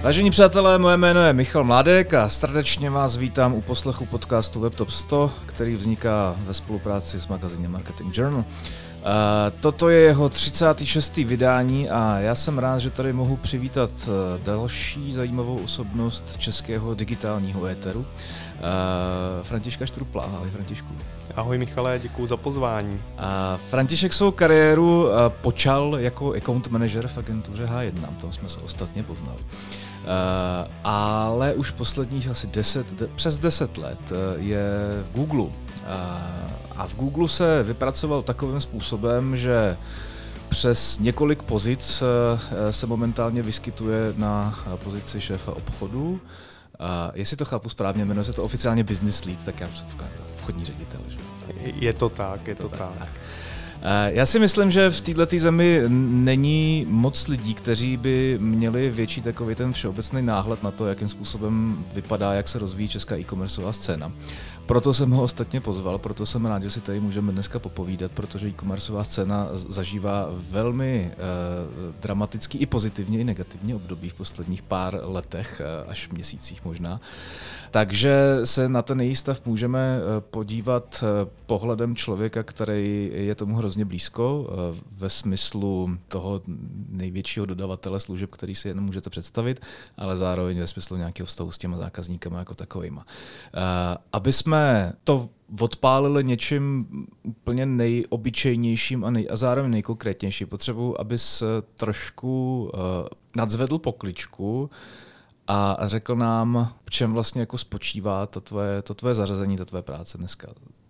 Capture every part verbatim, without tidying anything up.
Vážení přátelé, moje jméno je Michal Mládek a srdečně vás vítám u poslechu podcastu WebTop sto, který vzniká ve spolupráci s magazínem Marketing Journal. Uh, toto je jeho třicáté šesté vydání a já jsem rád, že tady mohu přivítat uh, další zajímavou osobnost českého digitálního éteru, uh, Františka Štrupla. Ahoj Františku. Ahoj Michale, děkuju za pozvání. Uh, František svou kariéru uh, počal jako account manager v agentuře H jedna, tam jsme se ostatně poznali. Uh, ale už posledních asi deset, de, přes deset let uh, je v Google. Uh, a v Google se vypracoval takovým způsobem, že přes několik pozic uh, se momentálně vyskytuje na pozici šéfa obchodu. Uh, jestli to chápu správně, jmenuje se to oficiálně business lead, tak já předpokládám obchodní ředitel. Že? Je to tak, je to, to tak. tak. Já si myslím, že v této zemi není moc lidí, kteří by měli větší takový ten všeobecný náhled na to, jakým způsobem vypadá, jak se rozvíjí česká e-commerceová scéna. Proto jsem ho ostatně pozval, proto jsem rád, že si tady můžeme dneska popovídat, protože e-commerceová scéna zažívá velmi eh, dramatický i pozitivně, i negativně období v posledních pár letech, eh, až měsících možná. Takže se na ten její stav můžeme podívat pohledem člověka, který je tomu hrozně blízko, ve smyslu toho největšího dodavatele služeb, který si jen můžete představit, ale zároveň ve smyslu nějakého vztahu s těma zákazníkama jako takovejma. Aby jsme to odpálili něčím úplně nejobyčejnějším a, nej, a zároveň nejkonkrétnější, potřebuji, abys trošku uh, nadzvedl pokličku a řekl nám, v čem vlastně jako spočívá to tvoje, to tvoje zařazení, ta tvoje práce dneska.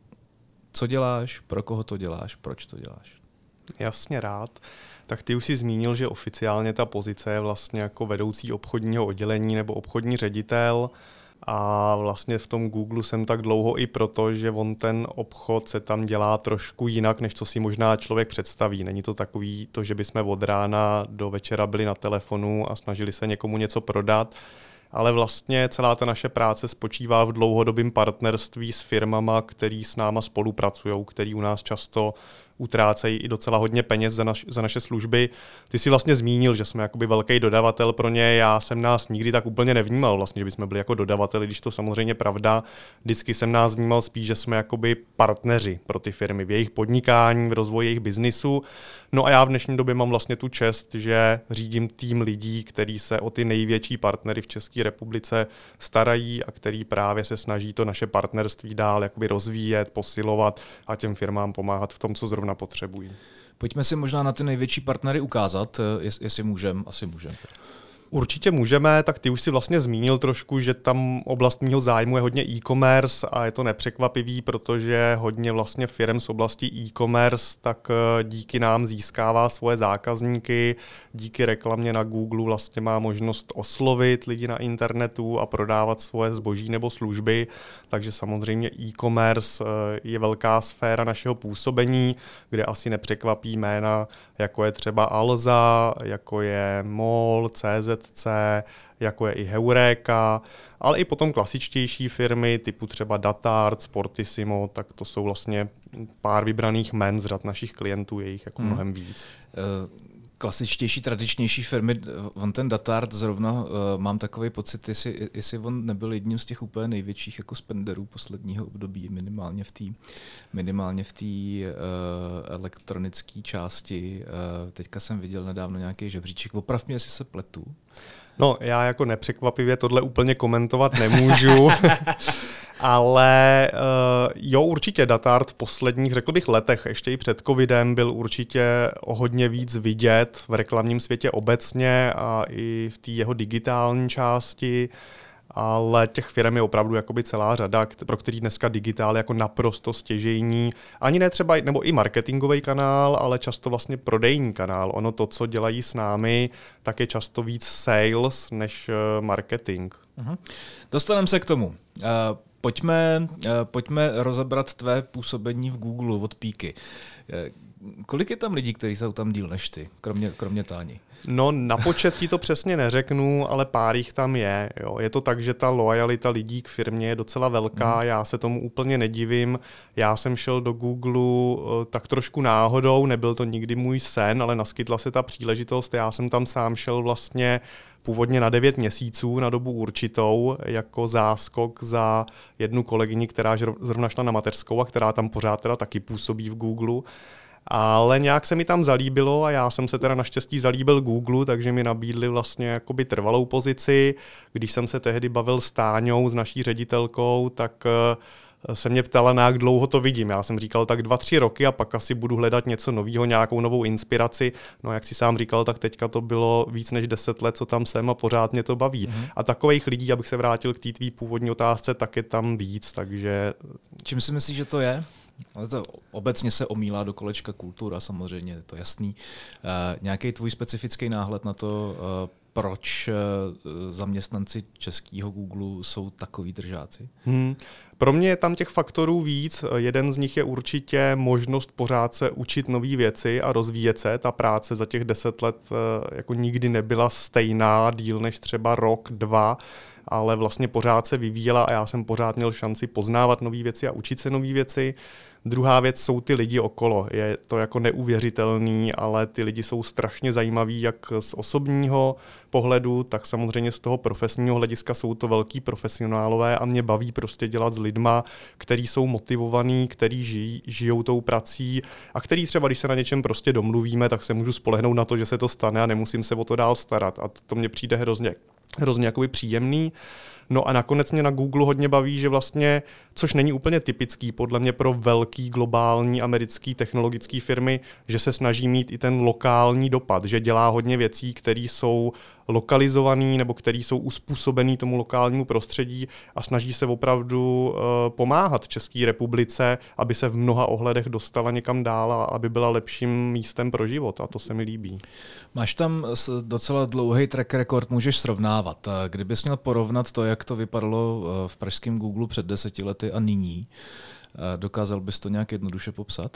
Co děláš, pro koho to děláš, proč to děláš? Jasně, rád. Tak ty už jsi zmínil, že oficiálně ta pozice je vlastně jako vedoucí obchodního oddělení nebo obchodní ředitel. A vlastně v tom Google jsem tak dlouho i proto, že on ten obchod se tam dělá trošku jinak, než co si možná člověk představí. Není to takový to, že bychom od rána do večera byli na telefonu a snažili se někomu něco prodat, ale vlastně celá ta naše práce spočívá v dlouhodobém partnerství s firmama, který s náma spolupracují, který u nás často utrácejí i docela hodně peněz za, naš, za naše služby. Ty jsi vlastně zmínil, že jsme jakoby velký dodavatel pro ně. Já jsem nás nikdy tak úplně nevnímal, vlastně, že bychom byli jako dodavateli, když to samozřejmě pravda. Vždycky jsem nás vnímal spíš, že jsme jakoby partneři pro ty firmy v jejich podnikání, v rozvoji jejich biznisu. No a já v dnešní době mám vlastně tu čest, že řídím tým lidí, který se o ty největší partnery v České republice starají a který právě se snaží to naše partnerství dál jakoby rozvíjet, posilovat a těm firmám pomáhat v tom, co zrovna potřebují. Pojďme si možná na ty největší partnery ukázat, jestli můžeme, asi můžeme. Určitě můžeme, tak ty už si vlastně zmínil trošku, že tam oblast mýho zájmu je hodně e-commerce a je to nepřekvapivý, protože hodně vlastně firm z oblasti e-commerce tak díky nám získává svoje zákazníky, díky reklamě na Google vlastně má možnost oslovit lidi na internetu a prodávat svoje zboží nebo služby, takže samozřejmě e-commerce je velká sféra našeho působení, kde asi nepřekvapí jména, jako je třeba Alza, jako je Mall, C Z C, jako je i Heureka, ale i potom klasičtější firmy typu třeba Datart, Sportissimo, tak to jsou vlastně pár vybraných jmen z řad našich klientů, je jich jako hmm. mnohem víc. Uh... klasičtější, tradičnější firmy, on ten Datart zrovna uh, mám takový pocit, jestli, jestli on nebyl jedním z těch úplně největších jako spenderů posledního období, minimálně v té minimálně v té uh, elektronické části. Uh, teďka jsem viděl nedávno nějaký žebříček. Oprav mě, jestli se pletu. No, já jako nepřekvapivě tohle úplně komentovat nemůžu, ale uh, jo, určitě Datart v posledních, řekl bych, letech, ještě i před covidem, byl určitě o hodně víc vidět v reklamním světě obecně a i v té jeho digitální části, ale těch firm je opravdu jakoby celá řada, pro který dneska digitál je jako naprosto stěžejní, ani ne třeba, nebo i marketingový kanál, ale často vlastně prodejní kanál. Ono to, co dělají s námi, tak je často víc sales než marketing. Uh-huh. Dostaneme se k tomu. Uh, pojďme, uh, pojďme rozebrat tvé působení v Google od píky. Uh, kolik je tam lidí, kteří jsou tam díl než ty, kromě, kromě Táni? No na počet ti to přesně neřeknu, ale pár jich tam je. Jo. Je to tak, že ta loajalita lidí k firmě je docela velká, hmm. já se tomu úplně nedivím. Já jsem šel do Google uh, tak trošku náhodou, nebyl to nikdy můj sen, ale naskytla se ta příležitost. Já jsem tam sám šel vlastně původně na devět měsíců na dobu určitou jako záskok za jednu kolegyni, která zrovna šla na mateřskou a která tam pořád teda taky působí v Google. Ale nějak se mi tam zalíbilo a já jsem se teda naštěstí zalíbil Google, takže mi nabídli vlastně jakoby trvalou pozici. Když jsem se tehdy bavil s Táňou, s naší ředitelkou, tak se mě ptala, na jak dlouho to vidím. Já jsem říkal tak dva, tři roky a pak asi budu hledat něco nového, nějakou novou inspiraci. No jak si sám říkal, tak teďka to bylo víc než deset let, co tam jsem a pořád mě to baví. Mm-hmm. A takových lidí, abych se vrátil k té tvý původní otázce, tak je tam víc, takže... Čím si myslíš, že to je? Ale to obecně se omílá do kolečka kultura, samozřejmě, je to jasný. Uh, nějaký tvůj specifický náhled na to, uh, proč uh, zaměstnanci českého Google jsou takový držáci? Hmm. Pro mě je tam těch faktorů víc. Jeden z nich je určitě možnost pořád se učit nové věci a rozvíjet se. Ta práce za těch deset let uh, jako nikdy nebyla stejná, díl než třeba rok, dva, ale vlastně pořád se vyvíjela a já jsem pořád měl šanci poznávat nové věci a učit se nové věci. Druhá věc jsou ty lidi okolo. Je to jako neuvěřitelný, ale ty lidi jsou strašně zajímaví jak z osobního pohledu, tak samozřejmě z toho profesního hlediska jsou to velký profesionálové a mě baví prostě dělat s lidma, kteří jsou motivovaní, kteří žijí, žijou tou prací a který třeba, když se na něčem prostě domluvíme, tak se můžu spolehnout na to, že se to stane a nemusím se o to dál starat. A to mně přijde hrozně hrozně jakoby příjemný. No a nakonec mě na Google hodně baví, že vlastně, což není úplně typický podle mě pro velký globální americký technologické firmy, že se snaží mít i ten lokální dopad, že dělá hodně věcí, které jsou lokalizované nebo které jsou uspůsobené tomu lokálnímu prostředí a snaží se opravdu uh, pomáhat České republice, aby se v mnoha ohledech dostala někam dál a aby byla lepším místem pro život a to se mi líbí. Máš tam docela dlouhý track record, můžeš srovnávat. Kdybys měl porovnat to, jak to vypadalo v pražském Google před deseti lety a nyní, dokázal bys to nějak jednoduše popsat?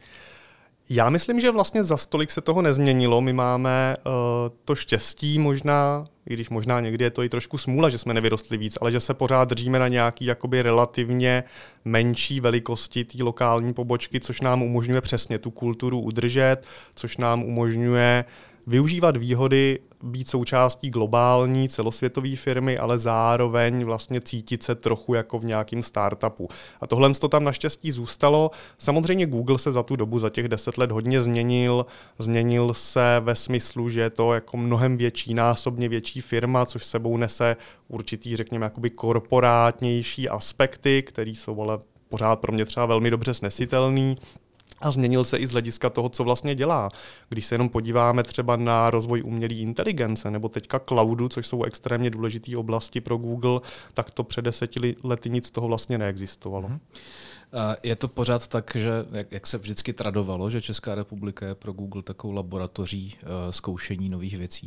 Já myslím, že vlastně za stolik se toho nezměnilo. My máme uh, to štěstí možná, i když možná někdy je to i trošku smůla, že jsme nevyrostli víc, ale že se pořád držíme na nějaký jakoby relativně menší velikosti té lokální pobočky, což nám umožňuje přesně tu kulturu udržet, což nám umožňuje využívat výhody, být součástí globální celosvětové firmy, ale zároveň vlastně cítit se trochu jako v nějakém startupu. A tohle to tam naštěstí zůstalo. Samozřejmě Google se za tu dobu, za těch deset let hodně změnil. Změnil se ve smyslu, že je to jako mnohem větší, násobně větší firma, což sebou nese určitý, řekněme, jakoby korporátnější aspekty, které jsou ale pořád pro mě třeba velmi dobře snesitelný. A změnil se i z hlediska toho, co vlastně dělá. Když se jenom podíváme třeba na rozvoj umělé inteligence nebo teďka cloudu, což jsou extrémně důležité oblasti pro Google, tak to před deseti lety nic z toho vlastně neexistovalo. Hmm. Je to pořád tak, že jak, jak se vždycky tradovalo, že Česká republika je pro Google takovou laboratoří uh, zkoušení nových věcí?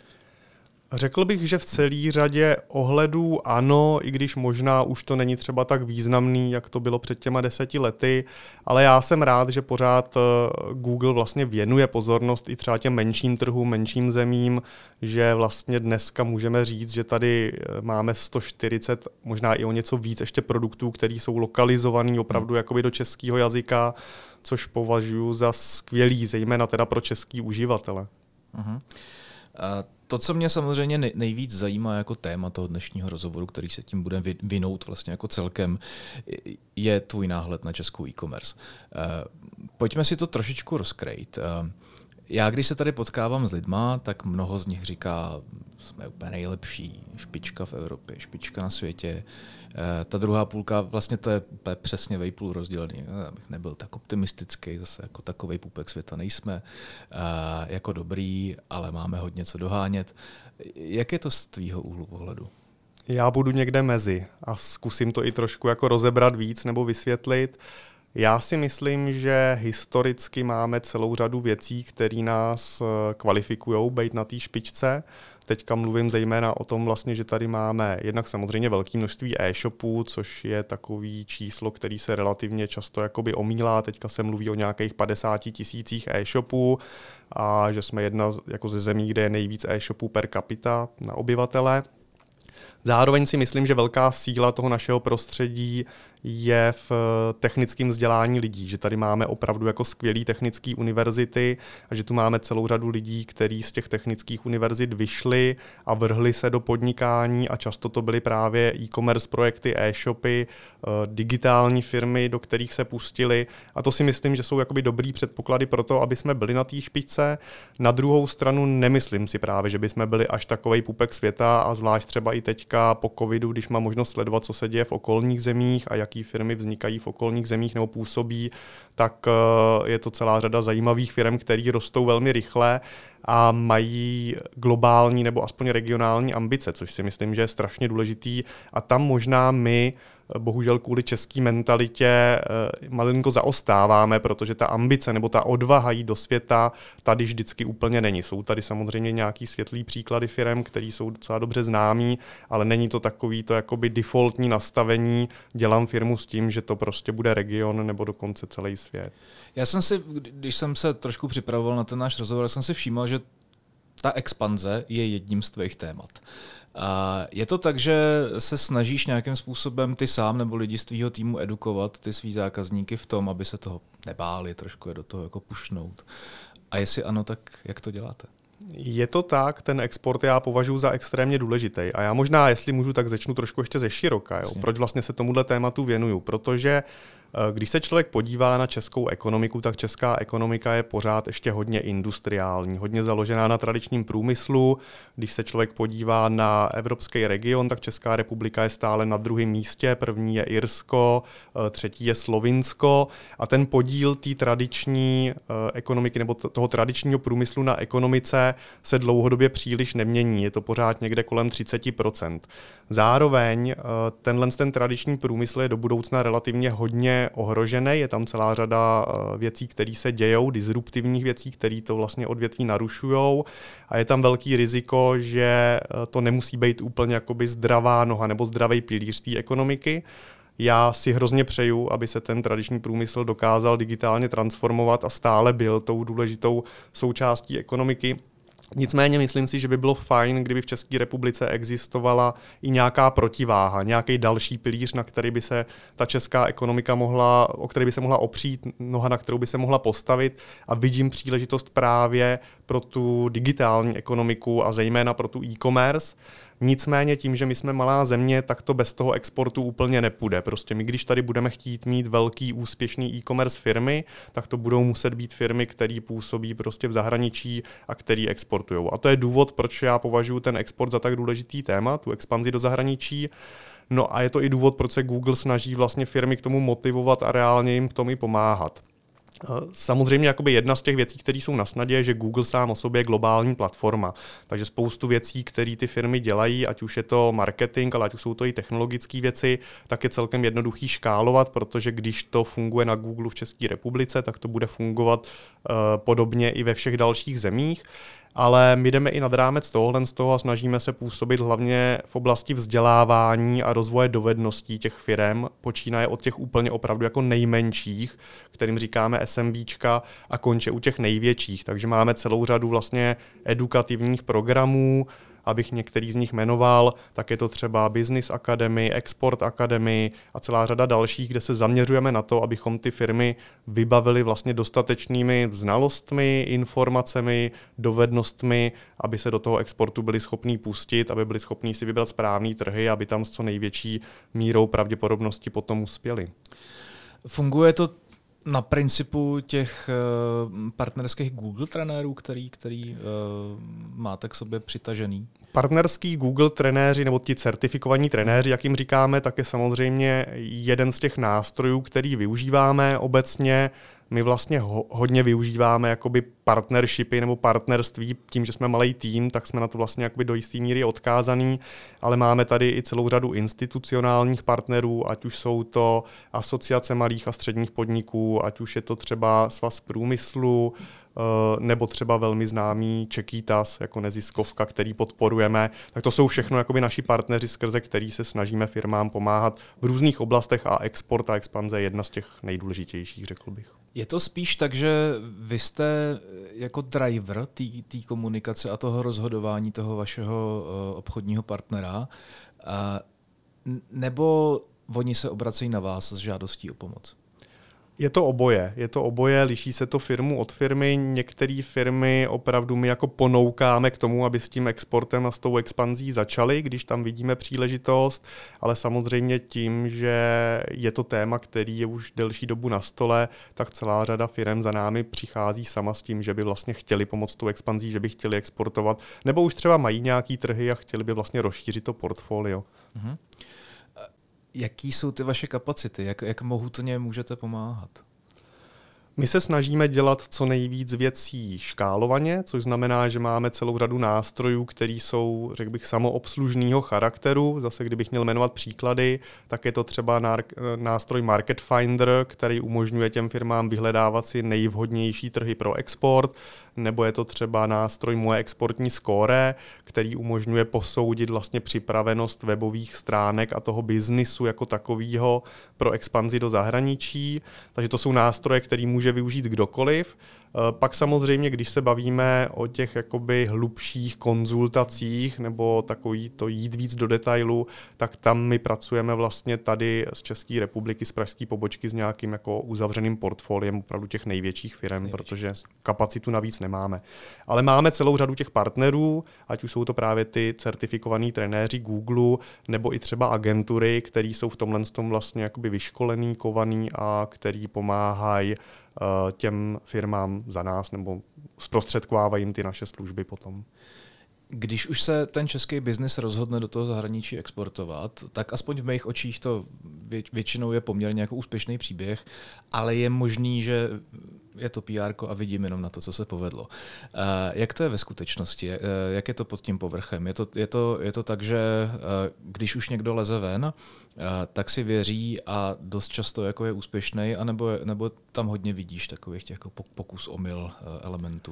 Řekl bych, že v celé řadě ohledů ano, i když možná už to není třeba tak významný, jak to bylo před těma deseti lety, ale já jsem rád, že pořád Google vlastně věnuje pozornost i třeba těm menším trhům, menším zemím, že vlastně dneska můžeme říct, že tady máme sto čtyřicet, možná i o něco víc ještě produktů, které jsou lokalizovaný opravdu jakoby do českého jazyka, což považuji za skvělý, zejména teda pro český uživatele. Uh-huh. A to, co mě samozřejmě nejvíc zajímá jako téma toho dnešního rozhovoru, který se tím budeme vinout vlastně jako celkem, je tvůj náhled na českou e-commerce. Pojďme si to trošičku rozkrejt. Já, když se tady potkávám s lidma, tak mnoho z nich říká, jsme úplně nejlepší, špička v Evropě, špička na světě. Ta druhá půlka, vlastně to je přesně vejpůl rozdělený. Abych nebyl tak optimistický, zase jako takovej pupek světa nejsme. Jako dobrý, ale máme hodně co dohánět. Jak je to z tvýho úhlu pohledu? Já budu někde mezi a zkusím to i trošku jako rozebrat víc nebo vysvětlit. Já si myslím, že historicky máme celou řadu věcí, které nás kvalifikují být na té špičce. Teďka mluvím zejména o tom vlastně, že tady máme jednak samozřejmě velké množství e-shopů, což je takový číslo, který se relativně často jakoby omílá. Teďka se mluví o nějakých padesáti tisících e-shopů a že jsme jedna jako ze zemí, kde je nejvíc e-shopů per capita na obyvatele. Zároveň si myslím, že velká síla toho našeho prostředí je v technickém vzdělání lidí, že tady máme opravdu jako skvělý technické univerzity a že tu máme celou řadu lidí, kteří z těch technických univerzit vyšli a vrhli se do podnikání a často to byly právě e-commerce projekty, e-shopy, digitální firmy, do kterých se pustili a to si myslím, že jsou jakoby dobrý předpoklady pro to, aby jsme byli na té špičce. Na druhou stranu nemyslím si právě, že bychom byli až takovej pupek světa a zvlášť třeba i teďka po covidu, když mám možnost sledovat, co se děje v okolních zemích a jaký firmy vznikají v okolních zemích nebo působí, tak je to celá řada zajímavých firm, které rostou velmi rychle a mají globální nebo aspoň regionální ambice, což si myslím, že je strašně důležitý a tam možná my bohužel kvůli české mentalitě malinko zaostáváme, protože ta ambice nebo ta odvaha jít do světa tady vždycky úplně není. Jsou tady samozřejmě nějaký světlý příklady firem, které jsou docela dobře známí, ale není to takový to jakoby defaultní nastavení, dělám firmu s tím, že to prostě bude region nebo dokonce celý svět. Já jsem si, když jsem se trošku připravoval na ten náš rozhovor, jsem si všímal, že ta expanze je jedním z tvých témat. A je to tak, že se snažíš nějakým způsobem ty sám nebo lidi z tvýho týmu edukovat ty svý zákazníky v tom, aby se toho nebáli, trošku je do toho jako pušnout. A jestli ano, tak jak to děláte? Je to tak, ten export já považuji za extrémně důležitý. A já možná, jestli můžu, tak začnu trošku ještě ze široka. Jo? Proč vlastně se tomuhle tématu věnuju? Protože když se člověk podívá na českou ekonomiku, tak česká ekonomika je pořád ještě hodně industriální, hodně založená na tradičním průmyslu. Když se člověk podívá na evropský region, tak Česká republika je stále na druhém místě. První je Irsko, třetí je Slovinsko a ten podíl té tradiční ekonomiky nebo toho tradičního průmyslu na ekonomice se dlouhodobě příliš nemění. Je to pořád někde kolem třicet procent. Zároveň tenhle ten tradiční průmysl je do budoucna relativně hodně ohrožený. Je tam celá řada věcí, které se dějou, disruptivních věcí, které to vlastně odvětví narušujou a je tam velký riziko, že to nemusí být úplně jakoby zdravá noha nebo zdravý pilíř té ekonomiky. Já si hrozně přeju, aby se ten tradiční průmysl dokázal digitálně transformovat a stále byl tou důležitou součástí ekonomiky. Nicméně myslím si, že by bylo fajn, kdyby v České republice existovala i nějaká protiváha, nějaký další pilíř, na který by se ta česká ekonomika mohla, o který by se mohla opřít, noha, na kterou by se mohla postavit a vidím příležitost právě pro tu digitální ekonomiku a zejména pro tu e-commerce. Nicméně tím, že my jsme malá země, tak to bez toho exportu úplně nepůjde. Prostě my, když tady budeme chtít mít velký úspěšný e-commerce firmy, tak to budou muset být firmy, které působí prostě v zahraničí a které exportují. A to je důvod, proč já považuji ten export za tak důležitý téma, tu expanzi do zahraničí. No a je to i důvod, proč se Google snaží vlastně firmy k tomu motivovat a reálně jim k tomu pomáhat. Samozřejmě jakoby jedna z těch věcí, které jsou na snadě, je, že Google sám o sobě je globální platforma. Takže spoustu věcí, které ty firmy dělají, ať už je to marketing, ale ať už jsou to i technologické věci, tak je celkem jednoduchý škálovat, protože když to funguje na Google v České republice, tak to bude fungovat uh, podobně i ve všech dalších zemích. Ale my jdeme i nad rámec tohohle z toho a snažíme se působit hlavně v oblasti vzdělávání a rozvoje dovedností těch firem, počínaje od těch úplně opravdu jako nejmenších, kterým říkáme SMBčka, a konče u těch největších. Takže máme celou řadu vlastně edukativních programů, abych některý z nich jmenoval, tak je to třeba Business Academy, Export Academy a celá řada dalších, kde se zaměřujeme na to, abychom ty firmy vybavili vlastně dostatečnými znalostmi, informacemi, dovednostmi, aby se do toho exportu byli schopní pustit, aby byli schopní si vybrat správný trhy, aby tam s co největší mírou pravděpodobnosti potom uspěli. Funguje to na principu těch uh, partnerských Google trenérů, který, který uh, máte k sobě přitažený? Partnerský Google trenéři nebo ti certifikovaní trenéři, jak jim říkáme, tak je samozřejmě jeden z těch nástrojů, který využíváme obecně. My vlastně ho, hodně využíváme jakoby partnershipy nebo partnerství, tím, že jsme malý tým, tak jsme na to vlastně jakoby do jisté míry odkázaný, ale máme tady i celou řadu institucionálních partnerů, ať už jsou to asociace malých a středních podniků, ať už je to třeba Svaz průmyslu, nebo třeba velmi známý Čekýtas jako neziskovka, který podporujeme. Tak to jsou všechno jakoby naši partneři, skrze který se snažíme firmám pomáhat v různých oblastech a export a expanze je jedna z těch nejdůležitějších, řekl bych. Je to spíš tak, že vy jste jako driver té komunikace a toho rozhodování toho vašeho uh, obchodního partnera, uh, nebo oni se obracejí na vás s žádostí o pomoc? Je to oboje. Je to oboje, liší se to firmu od firmy. Některé firmy opravdu my jako ponoukáme k tomu, aby s tím exportem a s tou expanzí začaly, když tam vidíme příležitost, ale samozřejmě tím, že je to téma, který je už delší dobu na stole, tak celá řada firm za námi přichází sama s tím, že by vlastně chtěli pomoct tou expanzí, že by chtěli exportovat, nebo už třeba mají nějaký trhy a chtěli by vlastně rozšířit to portfolio. Mhm. Jaký jsou ty vaše kapacity? Jak, jak mohutně můžete pomáhat? My se snažíme dělat co nejvíc věcí škálovaně, což znamená, že máme celou řadu nástrojů, které jsou, řekl bych, samoobslužného charakteru. Zase, kdybych měl jmenovat příklady, tak je to třeba nástroj Market Finder, který umožňuje těm firmám vyhledávat si nejvhodnější trhy pro export, nebo je to třeba nástroj Moje exportní skóre, který umožňuje posoudit vlastně připravenost webových stránek a toho biznisu jako takového pro expanzi do zahraničí. Takže to jsou nástroje, které může využít kdokoliv. Pak samozřejmě, když se bavíme o těch jakoby hlubších konzultacích nebo takový to jít víc do detailu, tak tam my pracujeme vlastně tady z České republiky, z pražské pobočky s nějakým jako uzavřeným portfoliem opravdu těch největších firm, Největší. protože kapacitu navíc nemáme. Ale máme celou řadu těch partnerů, ať už jsou to právě ty certifikovaní trenéři Google nebo i třeba agentury, který jsou v tomhle tom vlastně jakoby vyškolený, kovaný a který pomáhají těm firmám za nás nebo zprostředkovávají jim ty naše služby potom. Když už se ten český biznis rozhodne do toho zahraničí exportovat, tak aspoň v mých očích to většinou je poměrně jako úspěšný příběh, ale je možný, že je to P R ko a vidím jenom na to, co se povedlo. Jak to je ve skutečnosti? Jak je to pod tím povrchem? Je to, je to, je to tak, že když už někdo leze ven, tak si věří a dost často jako je úspěšný, anebo, nebo tam hodně vidíš takových těch jako pokus omyl elementů?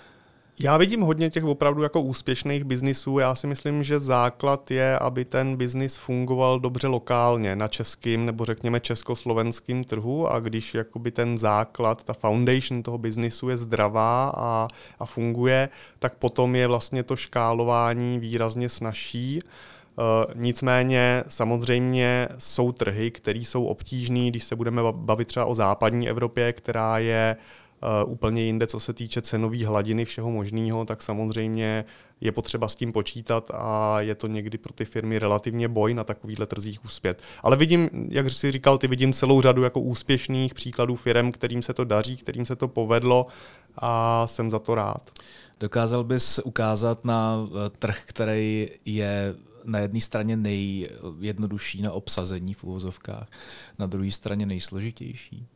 Já vidím hodně těch opravdu jako úspěšných biznisů. Já si myslím, že základ je, aby ten biznis fungoval dobře lokálně na českým nebo řekněme československým trhu, a když jakoby ten základ, ta foundation toho biznisu je zdravá a, a funguje, tak potom je vlastně to škálování výrazně snazší. Uh, nicméně samozřejmě jsou trhy, které jsou obtížné, když se budeme bavit třeba o západní Evropě, která je Uh, úplně jinde, co se týče cenové hladiny všeho možného, tak samozřejmě je potřeba s tím počítat a je to někdy pro ty firmy relativně boj na takovýchhle trzích uspět. Ale vidím, jak jsi říkal, ty vidím celou řadu jako úspěšných příkladů firem, kterým se to daří, kterým se to povedlo a jsem za to rád. Dokázal bys ukázat na trh, který je na jedné straně nejjednodušší na obsazení v uvozovkách, na druhé straně nejsložitější?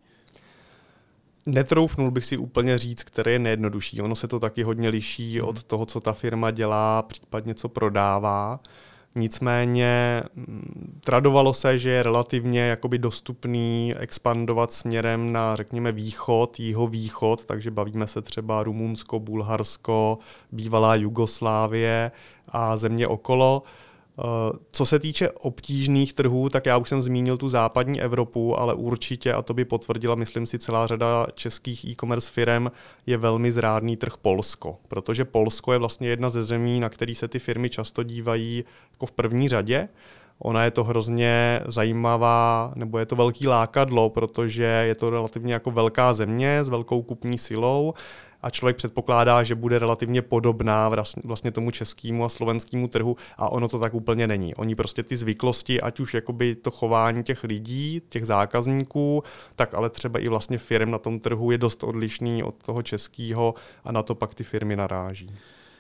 Netroufnul bych si úplně říct, které je nejjednodušší. Ono se to taky hodně liší hmm. od toho, co ta firma dělá, případně co prodává. Nicméně tradovalo se, že je relativně jakoby dostupný expandovat směrem na, řekněme, východ, jihovýchod, takže bavíme se třeba Rumunsko, Bulharsko, bývalá Jugoslávie a země okolo. Co se týče obtížných trhů, tak já už jsem zmínil tu západní Evropu, ale určitě, a to by potvrdila, myslím si, celá řada českých e-commerce firm, je velmi zrádný trh Polsko, protože Polsko je vlastně jedna ze zemí, na který se ty firmy často dívají jako v první řadě. Ona je to hrozně zajímavá, nebo je to velký lákadlo, protože je to relativně jako velká země s velkou kupní silou a člověk předpokládá, že bude relativně podobná vlastně tomu českému a slovenskému trhu a ono to tak úplně není. Oni prostě ty zvyklosti, ať už jakoby to chování těch lidí, těch zákazníků, tak ale třeba i vlastně firm na tom trhu je dost odlišný od toho českého a na to pak ty firmy naráží.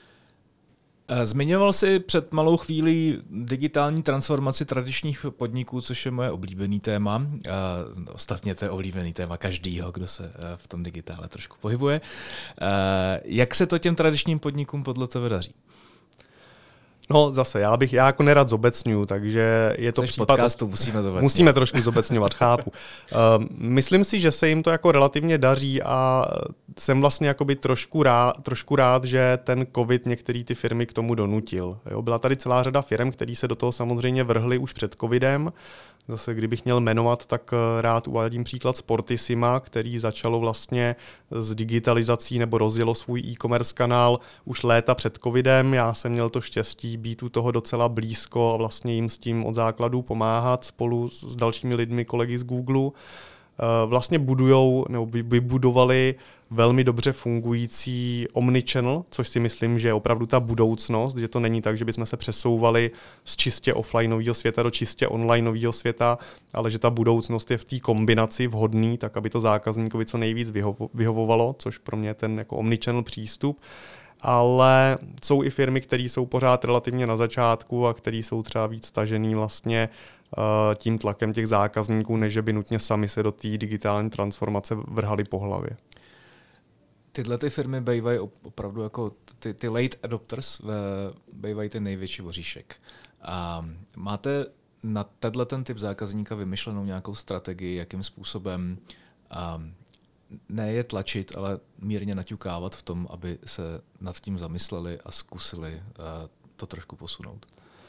Zmiňoval jsi před malou chvílí digitální transformaci tradičních podniků, což je moje oblíbený téma. Ostatně to je oblíbený téma každýho, kdo se v tom digitále trošku pohybuje. Jak se to těm tradičním podnikům podle tebe daří? No zase, já bych, já jako nerad zobecňuju, takže je to Jseš případ... podcastu, musíme zobecňovat. Musíme trošku zobecňovat, chápu. Uh, myslím si, že se jim to jako relativně daří a jsem vlastně jakoby trošku rád, trošku rád, že ten covid některé ty firmy k tomu donutil. Jo, byla tady celá řada firm, které se do toho samozřejmě vrhly už před covidem. Zase kdybych měl jmenovat, tak rád uvádím příklad Sportissima, který začalo vlastně s digitalizací nebo rozjelo svůj e-commerce kanál už léta před covidem. Já jsem měl to štěstí být u toho docela blízko a vlastně jim s tím od základů pomáhat spolu s dalšími lidmi, kolegy z Google. Vlastně budujou nebo vybudovali velmi dobře fungující omnichannel, což si myslím, že je opravdu ta budoucnost, že to není tak, že bychom se přesouvali z čistě offlineového světa do čistě onlineového světa, ale že ta budoucnost je v té kombinaci vhodný, tak aby to zákazníkovi co nejvíc vyhovovalo, což pro mě je ten jako omnichannel přístup. Ale jsou i firmy, které jsou pořád relativně na začátku a které jsou třeba víc stažený vlastně tím tlakem těch zákazníků, než by nutně sami se do té digitální transformace vrhali po hlavě. Tyhle ty firmy bývají opravdu jako ty, ty late adopters, bývají ty největší voříšek. A máte na tenhle ten typ zákazníka vymyšlenou nějakou strategii, jakým způsobem a ne je tlačit, ale mírně naťukávat v tom, aby se nad tím zamysleli a zkusili to trošku posunout?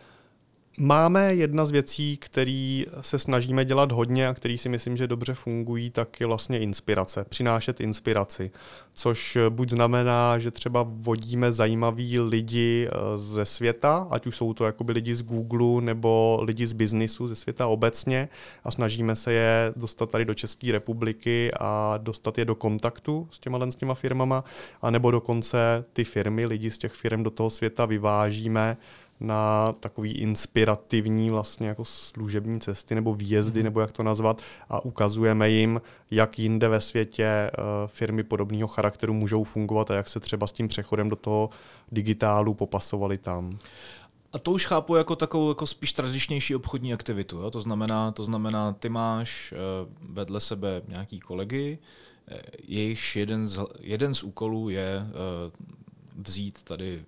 Máme jedna z věcí, které se snažíme dělat hodně a které si myslím, že dobře fungují, tak je vlastně inspirace. Přinášet inspiraci, což buď znamená, že třeba vodíme zajímavý lidi ze světa, ať už jsou to jakoby lidi z Google nebo lidi z biznisu ze světa obecně a snažíme se je dostat tady do České republiky a dostat je do kontaktu s těma, s těma firmama, anebo dokonce ty firmy, lidi z těch firm do toho světa vyvážíme na takový inspirativní vlastně jako služební cesty nebo výjezdy, mm. nebo jak to nazvat, a ukazujeme jim, jak jinde ve světě uh, firmy podobného charakteru můžou fungovat a jak se třeba s tím přechodem do toho digitálu popasovali tam. A to už chápu jako takovou jako spíš tradičnější obchodní aktivitu. Jo? To znamená, to znamená, ty máš uh, vedle sebe nějaký kolegy, jejichž jeden z, jeden z úkolů je uh, vzít tady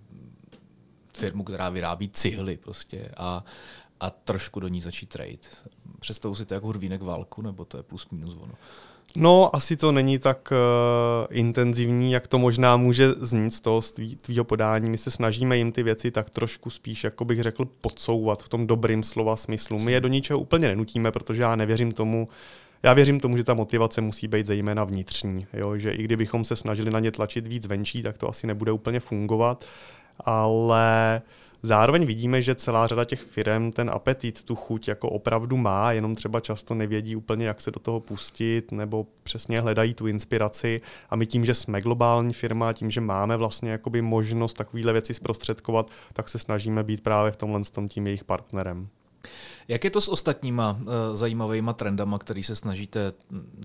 firmu, která vyrábí cihly prostě a, a trošku do ní začít trade. Představu si to jako hurvínek válku, nebo to je plus minus ono? No, asi to není tak uh, intenzivní, jak to možná může znít z toho tvý, tvýho podání. My se snažíme jim ty věci tak trošku spíš, jako bych řekl, podsouvat v tom dobrým slova smyslu. My je do ničeho úplně nenutíme, protože já nevěřím tomu, Já věřím tomu, že ta motivace musí být zejména vnitřní. Jo? Že i kdybychom se snažili na ně tlačit víc venčí, tak to asi nebude úplně fungovat. Ale zároveň vidíme, že celá řada těch firem ten apetit, tu chuť jako opravdu má, jenom třeba často nevědí úplně, jak se do toho pustit, nebo přesně hledají tu inspiraci. A my tím, že jsme globální firma, tím, že máme vlastně jakoby možnost takovéhle věci zprostředkovat, tak se snažíme být právě v tomhle s tím jejich partnerem. Jak je to s ostatníma uh, zajímavýma trendama, který se snažíte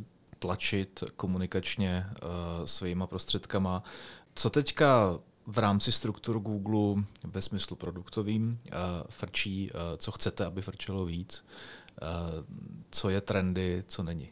tlačit komunikačně uh, svýma prostředkama? Co teďka v rámci struktur Google ve smyslu produktovým uh, frčí, uh, co chcete, aby frčelo víc, uh, co je trendy, co není?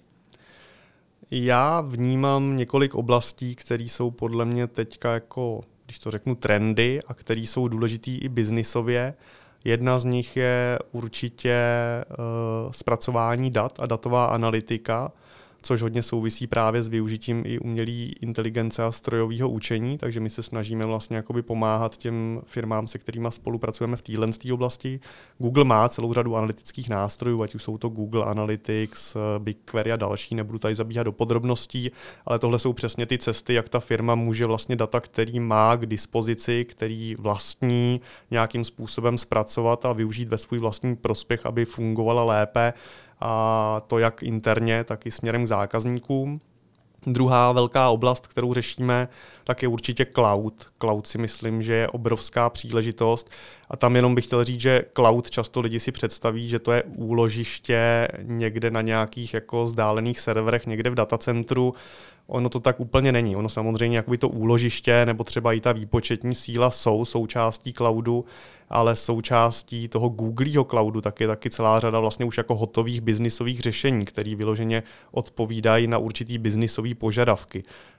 Já vnímám několik oblastí, které jsou podle mě teďka jako, když to řeknu, trendy a které jsou důležitý i biznisově. Jedna z nich je určitě uh, zpracování dat a datová analytika, což hodně souvisí právě s využitím i umělé inteligence a strojového učení, takže my se snažíme vlastně jakoby pomáhat těm firmám, se kterými spolupracujeme v téhle oblasti. Google má celou řadu analytických nástrojů, ať už jsou to Google Analytics, BigQuery a další, nebudu tady zabíhat do podrobností, ale tohle jsou přesně ty cesty, jak ta firma může vlastně data, který má k dispozici, který vlastní, nějakým způsobem zpracovat a využít ve svůj vlastní prospěch, aby fungovala lépe, a to jak interně, tak i směrem k zákazníkům. Druhá velká oblast, kterou řešíme, tak je určitě cloud. Cloud si myslím, že je obrovská příležitost a tam jenom bych chtěl říct, že cloud často lidi si představí, že to je úložiště někde na nějakých jako vzdálených serverech, někde v datacentru. Ono to tak úplně není. Ono samozřejmě jakoby to úložiště nebo třeba i ta výpočetní síla jsou součástí cloudu, ale součástí toho Googleho cloudu tak je taky celá řada vlastně už jako hotových biznisových řešení, které vyloženě odpovídají na určitý biznisový požadavky.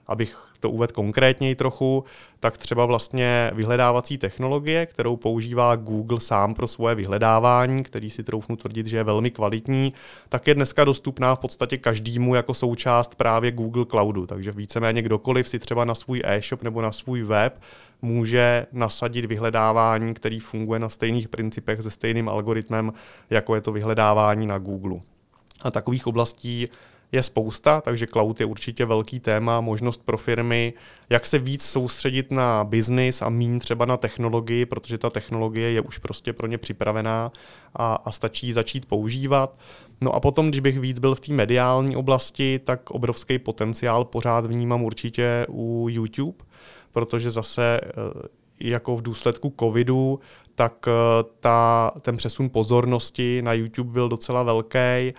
abych to uvedl konkrétněji trochu, tak třeba vlastně vyhledávací technologie, kterou používá Google sám pro svoje vyhledávání, který si troufnu tvrdit, že je velmi kvalitní, tak je dneska dostupná v podstatě každému jako součást právě Google Cloudu. Takže víceméně kdokoliv si třeba na svůj e-shop nebo na svůj web může nasadit vyhledávání, který funguje na stejných principech se stejným algoritmem, jako je to vyhledávání na Google. A takových oblastí je spousta, takže cloud je určitě velký téma, možnost pro firmy, jak se víc soustředit na biznis a míň třeba na technologii, protože ta technologie je už prostě pro ně připravená a, a stačí začít používat. No a potom, když bych víc byl v té mediální oblasti, tak obrovský potenciál pořád vnímám určitě u YouTube, protože zase jako v důsledku covidu, tak ta, ten přesun pozornosti na YouTube byl docela velký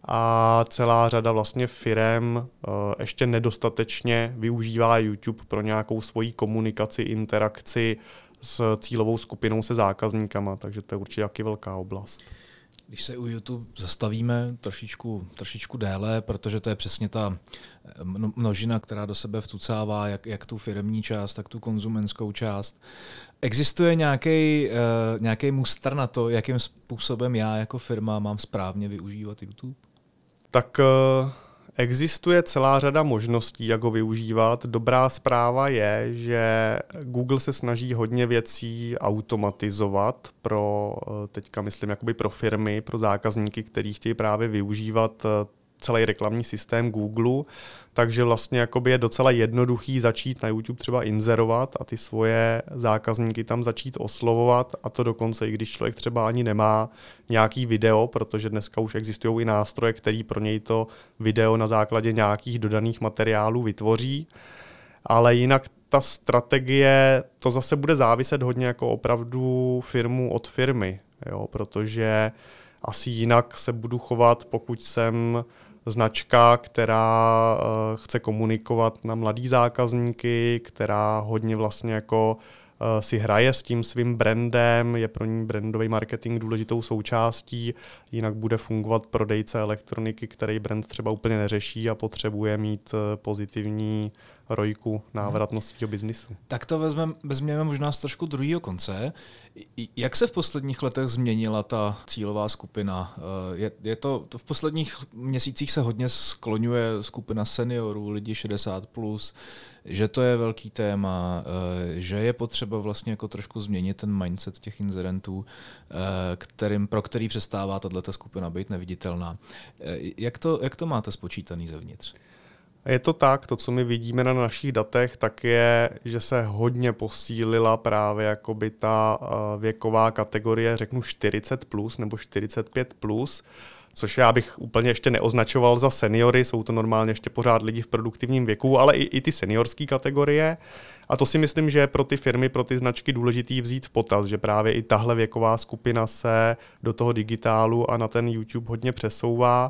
a celá řada vlastně firem uh, ještě nedostatečně využívá YouTube pro nějakou svoji komunikaci, interakci s cílovou skupinou, se zákazníkama, takže to je určitě taky velká oblast. Když se u YouTube zastavíme trošičku, trošičku déle, protože to je přesně ta množina, která do sebe vtucává jak, jak tu firemní část, tak tu konzumenskou část. Existuje nějaký uh, nějaký mustr na to, jakým způsobem já jako firma mám správně využívat YouTube? Tak uh, existuje celá řada možností, jak ho využívat. Dobrá zpráva je, že Google se snaží hodně věcí automatizovat pro, uh, teďka myslím, jakoby pro firmy, pro zákazníky, kteří chtějí právě využívat uh, celý reklamní systém Google, takže vlastně jakoby je docela jednoduchý začít na YouTube třeba inzerovat a ty svoje zákazníky tam začít oslovovat, a to dokonce, i když člověk třeba ani nemá nějaký video, protože dneska už existují i nástroje, který pro něj to video na základě nějakých dodaných materiálů vytvoří, ale jinak ta strategie, to zase bude záviset hodně jako opravdu firmu od firmy, jo, protože asi jinak se budu chovat, pokud jsem značka, která uh, chce komunikovat na mladý zákazníky, která hodně vlastně jako uh, si hraje s tím svým brandem, je pro ní brandový marketing důležitou součástí, jinak bude fungovat prodejce elektroniky, který brand třeba úplně neřeší a potřebuje mít uh, pozitivní rojku návratnostního biznisu. Tak to vezmeme, vezmeme možná z trošku druhého konce. Jak se v posledních letech změnila ta cílová skupina? Je, je to, to v posledních měsících se hodně skloňuje skupina seniorů, lidi šedesát plus, že to je velký téma, že je potřeba vlastně jako trošku změnit ten mindset těch inzerentů, kterým, pro který přestává tato skupina být neviditelná. Jak to, jak to máte spočítaný zevnitř? Je to tak, to, co my vidíme na našich datech, tak je, že se hodně posílila právě jakoby ta věková kategorie, řeknu čtyřicet plus nebo čtyřicet pět plus, což já bych úplně ještě neoznačoval za seniory, jsou to normálně ještě pořád lidi v produktivním věku, ale i, i ty seniorské kategorie. A to si myslím, že je pro ty firmy, pro ty značky důležitý vzít v potaz, že právě i tahle věková skupina se do toho digitálu a na ten YouTube hodně přesouvá.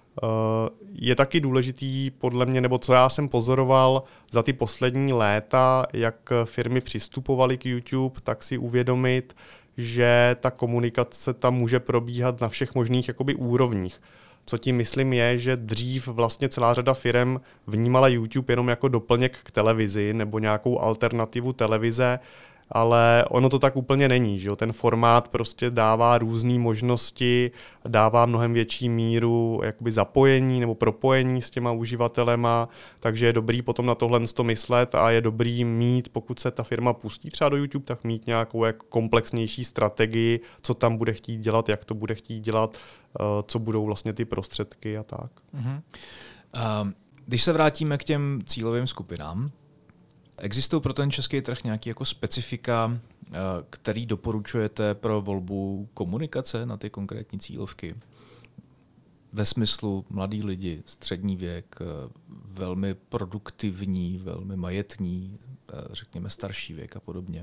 Je taky důležitý podle mě, nebo co já jsem pozoroval za ty poslední léta, jak firmy přistupovaly k YouTube, tak si uvědomit, že ta komunikace tam může probíhat na všech možných jakoby úrovních. Co tím myslím je, že dřív vlastně celá řada firem vnímala YouTube jenom jako doplněk k televizi nebo nějakou alternativu televize, ale ono to tak úplně není, že jo? Ten formát prostě dává různé možnosti, dává mnohem větší míru jakoby zapojení nebo propojení s těma uživatelema, takže je dobrý potom na tohle myslet a je dobrý mít, pokud se ta firma pustí třeba do YouTube, tak mít nějakou jako komplexnější strategii, co tam bude chtít dělat, jak to bude chtít dělat, co budou vlastně ty prostředky a tak. Uh-huh. Uh, když se vrátíme k těm cílovým skupinám, existují pro ten český trh nějaké jako specifika, který doporučujete pro volbu komunikace na ty konkrétní cílovky? Ve smyslu mladí lidi, střední věk, velmi produktivní, velmi majetní, řekněme starší věk a podobně.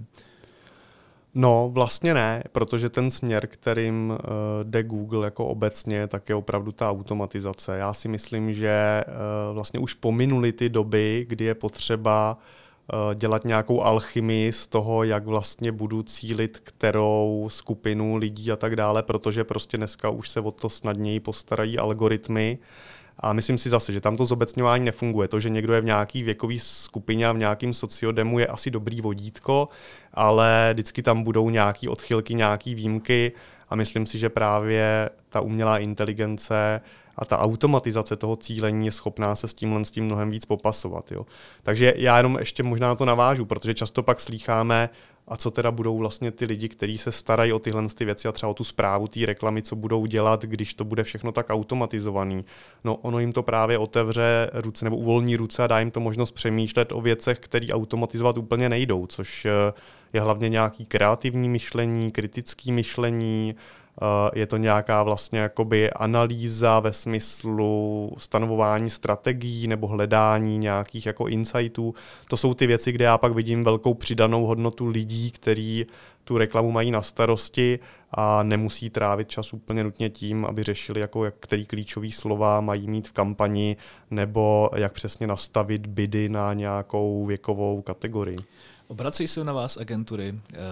No, vlastně ne, protože ten směr, kterým uh, jde Google jako obecně, tak je opravdu ta automatizace. Já si myslím, že uh, vlastně už pominuly ty doby, kdy je potřeba dělat nějakou alchymii z toho, jak vlastně budu cílit kterou skupinu lidí a tak dále, protože prostě dneska už se o to snadněji postarají algoritmy A myslím si zase, že tam to zobecňování nefunguje. To, že někdo je v nějaký věkový skupině a v nějakým sociodemu je asi dobrý vodítko, ale vždycky tam budou nějaký odchylky, nějaký výjimky a myslím si, že právě ta umělá inteligence a ta automatizace toho cílení je schopná se s tímhle s tím mnohem víc popasovat. Jo. Takže já jenom ještě možná na to navážu, protože často pak slýcháme, a co teda budou vlastně ty lidi, kteří se starají o tyhle ty věci a třeba o tu správu té reklamy, co budou dělat, když to bude všechno tak automatizovaný. No ono jim to právě otevře ruce nebo uvolní ruce a dá jim to možnost přemýšlet o věcech, které automatizovat úplně nejdou, což je hlavně nějaký kreativní myšlení, kritický myšlení, je to nějaká vlastně jakoby analýza ve smyslu stanovování strategií nebo hledání nějakých jako insightů. To jsou ty věci, kde já pak vidím velkou přidanou hodnotu lidí, kteří tu reklamu mají na starosti a nemusí trávit čas úplně nutně tím, aby řešili, jako jak, který klíčový slova mají mít v kampani nebo jak přesně nastavit bidy na nějakou věkovou kategorii. Obrací se na vás agentury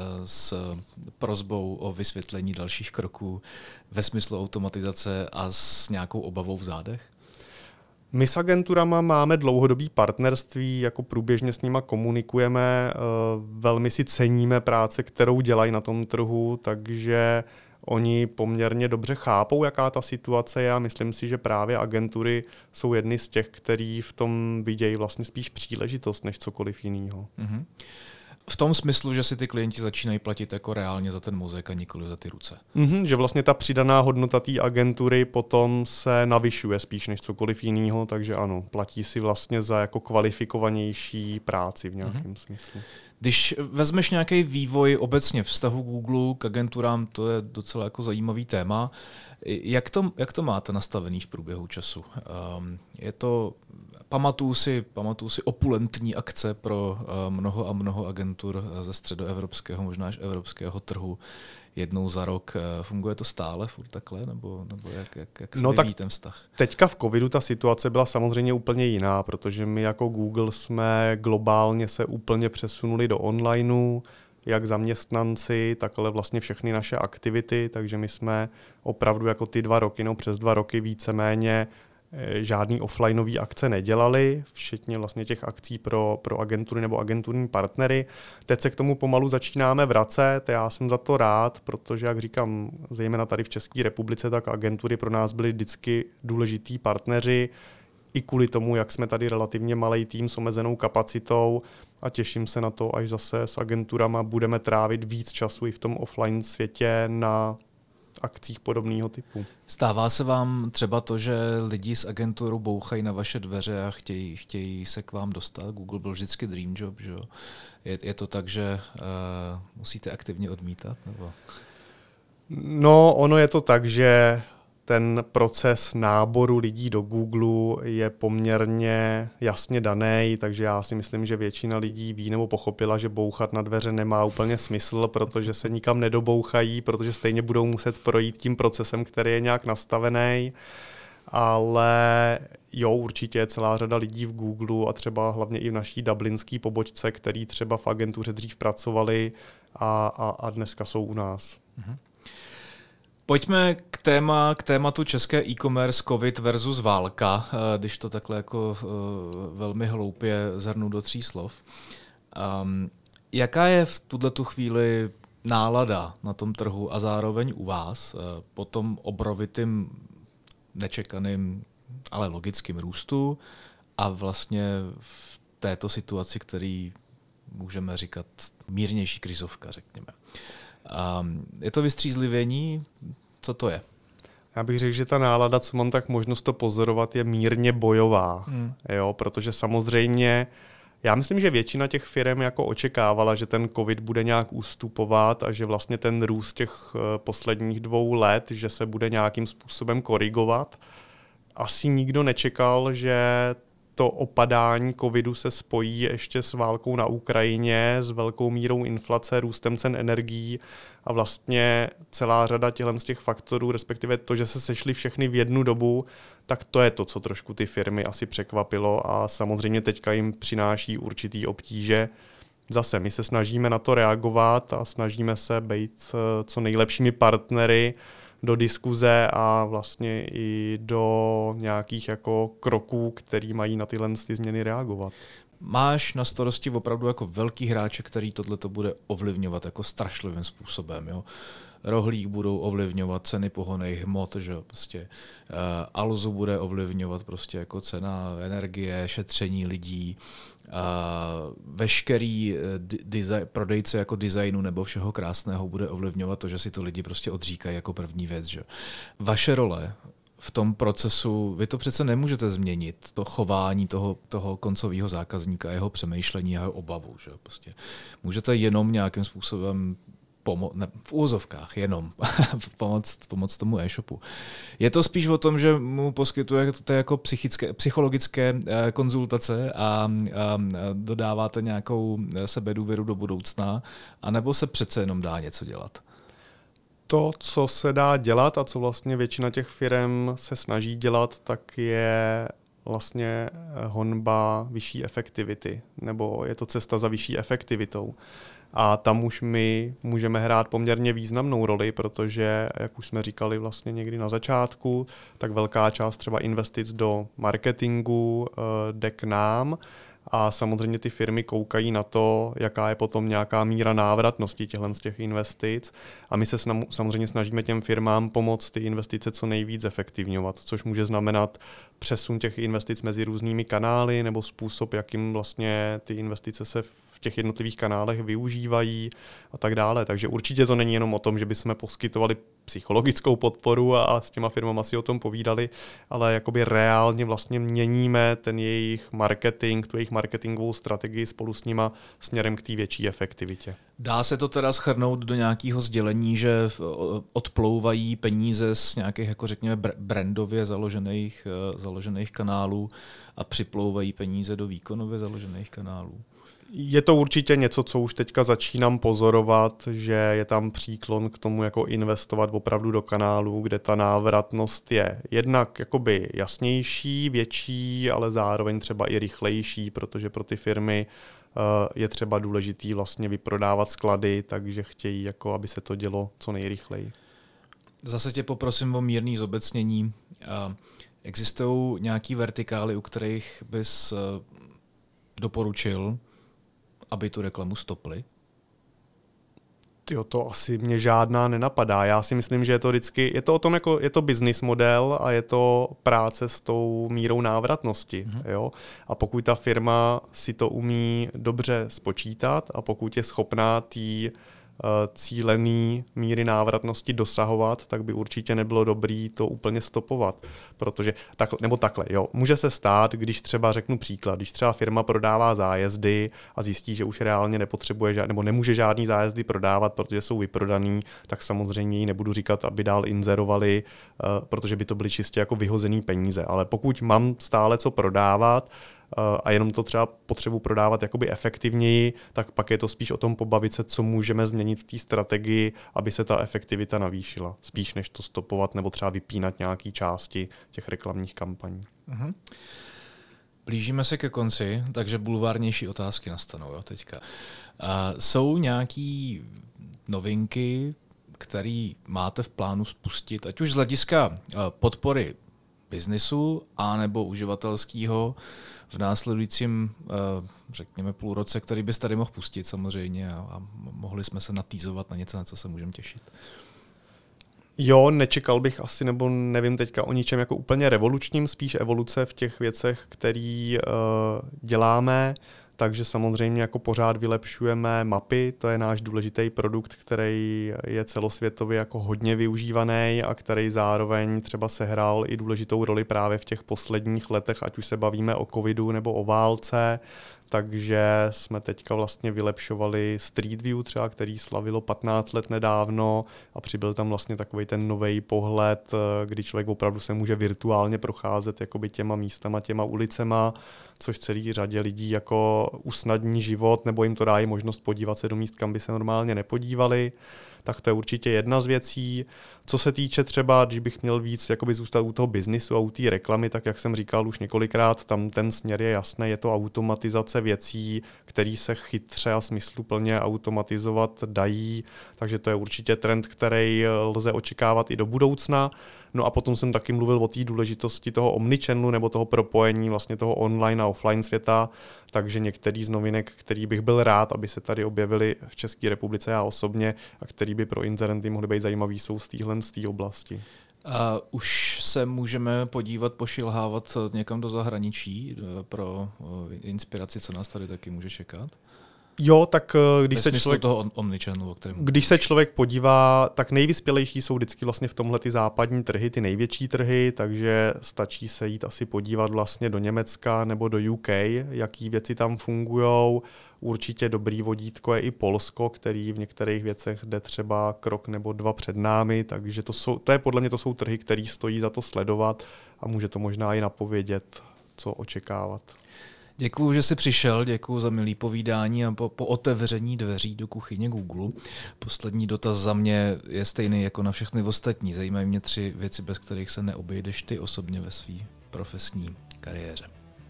s prosbou o vysvětlení dalších kroků ve smyslu automatizace a s nějakou obavou v zádech? My s agenturama máme dlouhodobý partnerství, jako průběžně s nima komunikujeme, velmi si ceníme práce, kterou dělají na tom trhu, takže oni poměrně dobře chápou, jaká ta situace je a myslím si, že právě agentury jsou jedny z těch, který v tom vidějí vlastně spíš příležitost než cokoliv jiného. Mm-hmm. V tom smyslu, že si ty klienti začínají platit jako reálně za ten mozek a nikoli za ty ruce. Mm-hmm, že vlastně ta přidaná hodnota té agentury potom se navyšuje spíš než cokoliv jiného, takže ano, platí si vlastně za jako kvalifikovanější práci v nějakém mm-hmm. smyslu. Když vezmeš nějaký vývoj obecně vztahu Google k agenturám, to je docela jako zajímavý téma. Jak to, jak to máte nastavený v průběhu času? Um, je to, pamatuju si, pamatuju si opulentní akce pro uh, mnoho a mnoho agentur ze středoevropského, možná až evropského trhu jednou za rok. Funguje to stále furt takhle? Nebo, nebo jak, jak, jak se no vyvíjí ten vztah? Teďka v covidu ta situace byla samozřejmě úplně jiná, protože my jako Google jsme globálně se úplně přesunuli do onlineu, jak zaměstnanci, takhle vlastně všechny naše aktivity, takže my jsme opravdu jako ty dva roky, no přes dva roky víceméně žádný offlineový akce nedělali, včetně vlastně těch akcí pro, pro agentury nebo agenturní partnery. Teď se k tomu pomalu začínáme vracet, já jsem za to rád, protože, jak říkám, zejména tady v České republice, tak agentury pro nás byly vždycky důležitý partneři, i kvůli tomu, jak jsme tady relativně malý tým s omezenou kapacitou a těším se na to, až zase s agenturama budeme trávit víc času i v tom offline světě na akcích podobného typu. Stává se vám třeba to, že lidi z agenturu bouchají na vaše dveře a chtějí, chtějí se k vám dostat? Google byl vždycky dream job, že jo? Je, je to tak, že uh, musíte aktivně odmítat? Nebo? No, ono je to tak, že ten proces náboru lidí do Google je poměrně jasně daný, takže já si myslím, že většina lidí ví nebo pochopila, že bouchat na dveře nemá úplně smysl, protože se nikam nedobouchají, protože stejně budou muset projít tím procesem, který je nějak nastavený. Ale jo, určitě je celá řada lidí v Google a třeba hlavně i v naší dublinské pobočce, který třeba v agentuře dřív pracovali a, a, a dneska jsou u nás. Mhm. Pojďme k, téma, k tématu české e-commerce COVID versus válka, když to takhle jako velmi hloupě zhrnu do tří slov. Um, jaká je v tuto chvíli nálada na tom trhu a zároveň u vás po tom obrovitým, nečekaným, ale logickým růstu a vlastně v této situaci, který můžeme říkat mírnější krizovka, řekněme. Um, je to vystřízlivění? Co to je? Já bych řekl, že ta nálada, co mám tak možnost to pozorovat, je mírně bojová. Hmm. Jo, protože samozřejmě, já myslím, že většina těch firm jako očekávala, že ten covid bude nějak ustupovat a že vlastně ten růst těch posledních dvou let, že se bude nějakým způsobem korigovat. Asi nikdo nečekal, že to opadání covidu se spojí ještě s válkou na Ukrajině, s velkou mírou inflace, růstem cen energií a vlastně celá řada těchto z těch faktorů, respektive to, že se sešly všechny v jednu dobu, tak to je to, co trošku ty firmy asi překvapilo a samozřejmě teďka jim přináší určitý obtíže. Zase my se snažíme na to reagovat a snažíme se být co nejlepšími partnery do diskuze a vlastně i do nějakých jako kroků, který mají na tyhle ty změny reagovat. Máš na starosti opravdu jako velký hráče, který tohleto bude ovlivňovat jako strašlivým způsobem. Jo? Rohlík budou ovlivňovat ceny pohonných hmot, že prostě uh, Alzu bude ovlivňovat prostě jako cena energie, šetření lidí, uh, veškerý design, prodejce jako designu nebo všeho krásného bude ovlivňovat to, že si to lidi prostě odříkají jako první věc. Že? Vaše role v tom procesu, vy to přece nemůžete změnit, to chování toho, toho koncového zákazníka, jeho přemýšlení a jeho obavu. Že? Prostě můžete jenom nějakým způsobem Pomo- ne, v úvozovkách jenom pomoct, pomoct tomu e-shopu. Je to spíš o tom, že mu poskytujete jako psychické, psychologické konzultace a, a dodáváte nějakou sebedůvěru do budoucna, anebo se přece jenom dá něco dělat? To, co se dá dělat a co vlastně většina těch firem se snaží dělat, tak je vlastně honba vyšší efektivity, nebo je to cesta za vyšší efektivitou. A tam už my můžeme hrát poměrně významnou roli, protože, jak už jsme říkali vlastně někdy na začátku, tak velká část třeba investic do marketingu jde k nám a samozřejmě ty firmy koukají na to, jaká je potom nějaká míra návratnosti těchto z těch investic a my se samozřejmě snažíme těm firmám pomoct ty investice co nejvíc efektivňovat, což může znamenat přesun těch investic mezi různými kanály nebo způsob, jakým vlastně ty investice se v těch jednotlivých kanálech využívají a tak dále. Takže určitě to není jenom o tom, že bychom poskytovali psychologickou podporu a, a s těma firmama si o tom povídali, ale jakoby reálně vlastně měníme ten jejich marketing, tu jejich marketingovou strategii spolu s nima směrem k té větší efektivitě. Dá se to teda shrnout do nějakého sdělení, že odplouvají peníze z nějakých, jako řekněme, brandově založených, založených kanálů a připlouvají peníze do výkonově založených kanálů? Je to určitě něco, co už teďka začínám pozorovat, že je tam příklon k tomu jako investovat opravdu do kanálu, kde ta návratnost je jednak jakoby jasnější, větší, ale zároveň třeba i rychlejší, protože pro ty firmy uh, je třeba důležitý vlastně vyprodávat sklady, takže chtějí, jako, aby se to dělo co nejrychleji. Zase tě poprosím o mírný zobecnění. Uh, existují nějaký vertikály, u kterých bys uh, doporučil, aby tu reklamu stopli? Tyjo, to asi mě žádná nenapadá. Já si myslím, že je to vždycky, je to o tom, jako je to business model a je to práce s tou mírou návratnosti. Mm-hmm. Jo? A pokud ta firma si to umí dobře spočítat a pokud je schopná tý cílený míry návratnosti dosahovat, tak by určitě nebylo dobrý to úplně stopovat. Protože, takhle, nebo takhle, jo, může se stát, když třeba řeknu příklad, když třeba firma prodává zájezdy a zjistí, že už reálně nepotřebuje žád, nebo nemůže žádný zájezdy prodávat, protože jsou vyprodaný, tak samozřejmě jí nebudu říkat, aby dál inzerovali, uh, protože by to byly čistě jako vyhozený peníze. Ale pokud mám stále co prodávat, a jenom to třeba potřebu prodávat jakoby efektivněji, tak pak je to spíš o tom pobavit se, co můžeme změnit v té strategii, aby se ta efektivita navýšila. Spíš než to stopovat nebo třeba vypínat nějaké části těch reklamních kampaní. Mhm. Blížíme se ke konci, takže bulvárnější otázky nastanou jo, teďka. A jsou nějaké novinky, které máte v plánu spustit, ať už z hlediska podpory biznisu a nebo uživatelského v následujícím, řekněme, půl roce, který bys tady mohl pustit samozřejmě a, a mohli jsme se natýzovat na něco, na co se můžeme těšit. Jo, nečekal bych asi, nebo nevím teďka o ničem jako úplně revolučním, spíš evoluce v těch věcech, které uh, děláme. Takže samozřejmě jako pořád vylepšujeme mapy, to je náš důležitý produkt, který je celosvětově jako hodně využívaný a který zároveň třeba sehrál i důležitou roli právě v těch posledních letech, ať už se bavíme o covidu nebo o válce. Takže jsme teďka vlastně vylepšovali Street View třeba, který slavilo patnáct let nedávno a přibyl tam vlastně takový ten nový pohled, kdy člověk opravdu se může virtuálně procházet jakoby těma místama, těma ulicema, což celý řadě lidí jako usnadní život nebo jim to dá i možnost podívat se do míst, kam by se normálně nepodívali. tak to je určitě jedna z věcí. Co se týče třeba, když bych měl víc jakoby zůstat u toho biznisu a u té reklamy, tak jak jsem říkal už několikrát, tam ten směr je jasný, je to automatizace věcí, které se chytře a smysluplně automatizovat dají, takže to je určitě trend, který lze očekávat i do budoucna. No a potom jsem taky mluvil o té důležitosti toho omnichannelu nebo toho propojení vlastně toho online a offline světa, takže některý z novinek, který bych byl rád, aby se tady objevily v České republice já osobně a který by pro inzerenty mohly být zajímavý, jsou z téhle z té oblasti. A už se můžeme podívat, pošilhávat někam do zahraničí pro inspiraci, co nás tady taky může čekat? Jo, tak když se, člověk, toho omnichannelu, o kterém když se člověk podívá, tak nejvyspělejší jsou vždycky vlastně v tomhle ty západní trhy, ty největší trhy, takže stačí se jít asi podívat vlastně do Německa nebo do U K, jaký věci tam fungujou. Určitě dobrý vodítko je i Polsko, který v některých věcech jde třeba krok nebo dva před námi, takže to, jsou, to je podle mě to jsou trhy, které stojí za to sledovat a může to možná i napovědět, co očekávat. Děkuju, že jsi přišel, děkuju za milý povídání a po, po otevření dveří do kuchyně Google. Poslední dotaz za mě je stejný jako na všechny ostatní. Zajímají mě tři věci, bez kterých se neobejdeš ty osobně ve své profesní kariéře.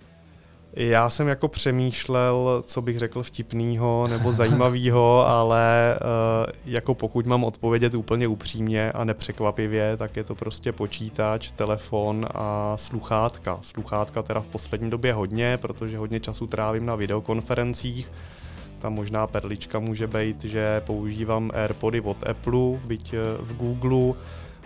Já jsem jako přemýšlel, co bych řekl vtipnýho nebo zajímavýho, ale uh, jako pokud mám odpovědět úplně upřímně a nepřekvapivě, tak je to prostě počítač, telefon a sluchátka. Sluchátka teda v poslední době hodně, protože hodně času trávím na videokonferencích. Tam možná perlička může být, že používám AirPody od Apple, byť v Google.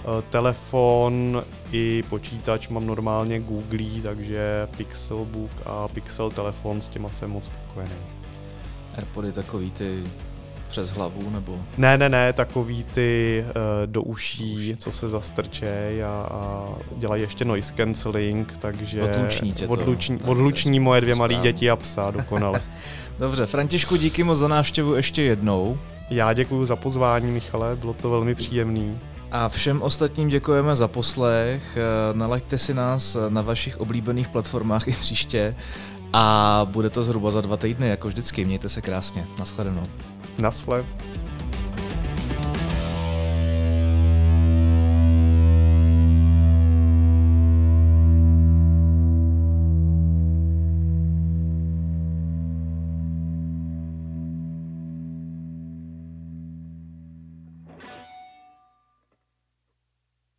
Telefon i počítač mám normálně Googlí, takže Pixelbook a Pixel telefon, s těma jsem moc spokojený. AirPody takový ty přes hlavu nebo? Ne, ne, ne, takový ty uh, do uší, co se zastrčej a, a dělají ještě noise cancelling, takže odluční tě to. Odluční, odluční moje dvě malé děti a psa dokonale. Dobře, Františku, díky moc za návštěvu ještě jednou. Já děkuji za pozvání, Michale, bylo to velmi příjemný. A všem ostatním děkujeme za poslech, nalaďte si nás na vašich oblíbených platformách i příště a bude to zhruba za dva týdny, jako vždycky. Mějte se krásně, nashledanou. Naschle.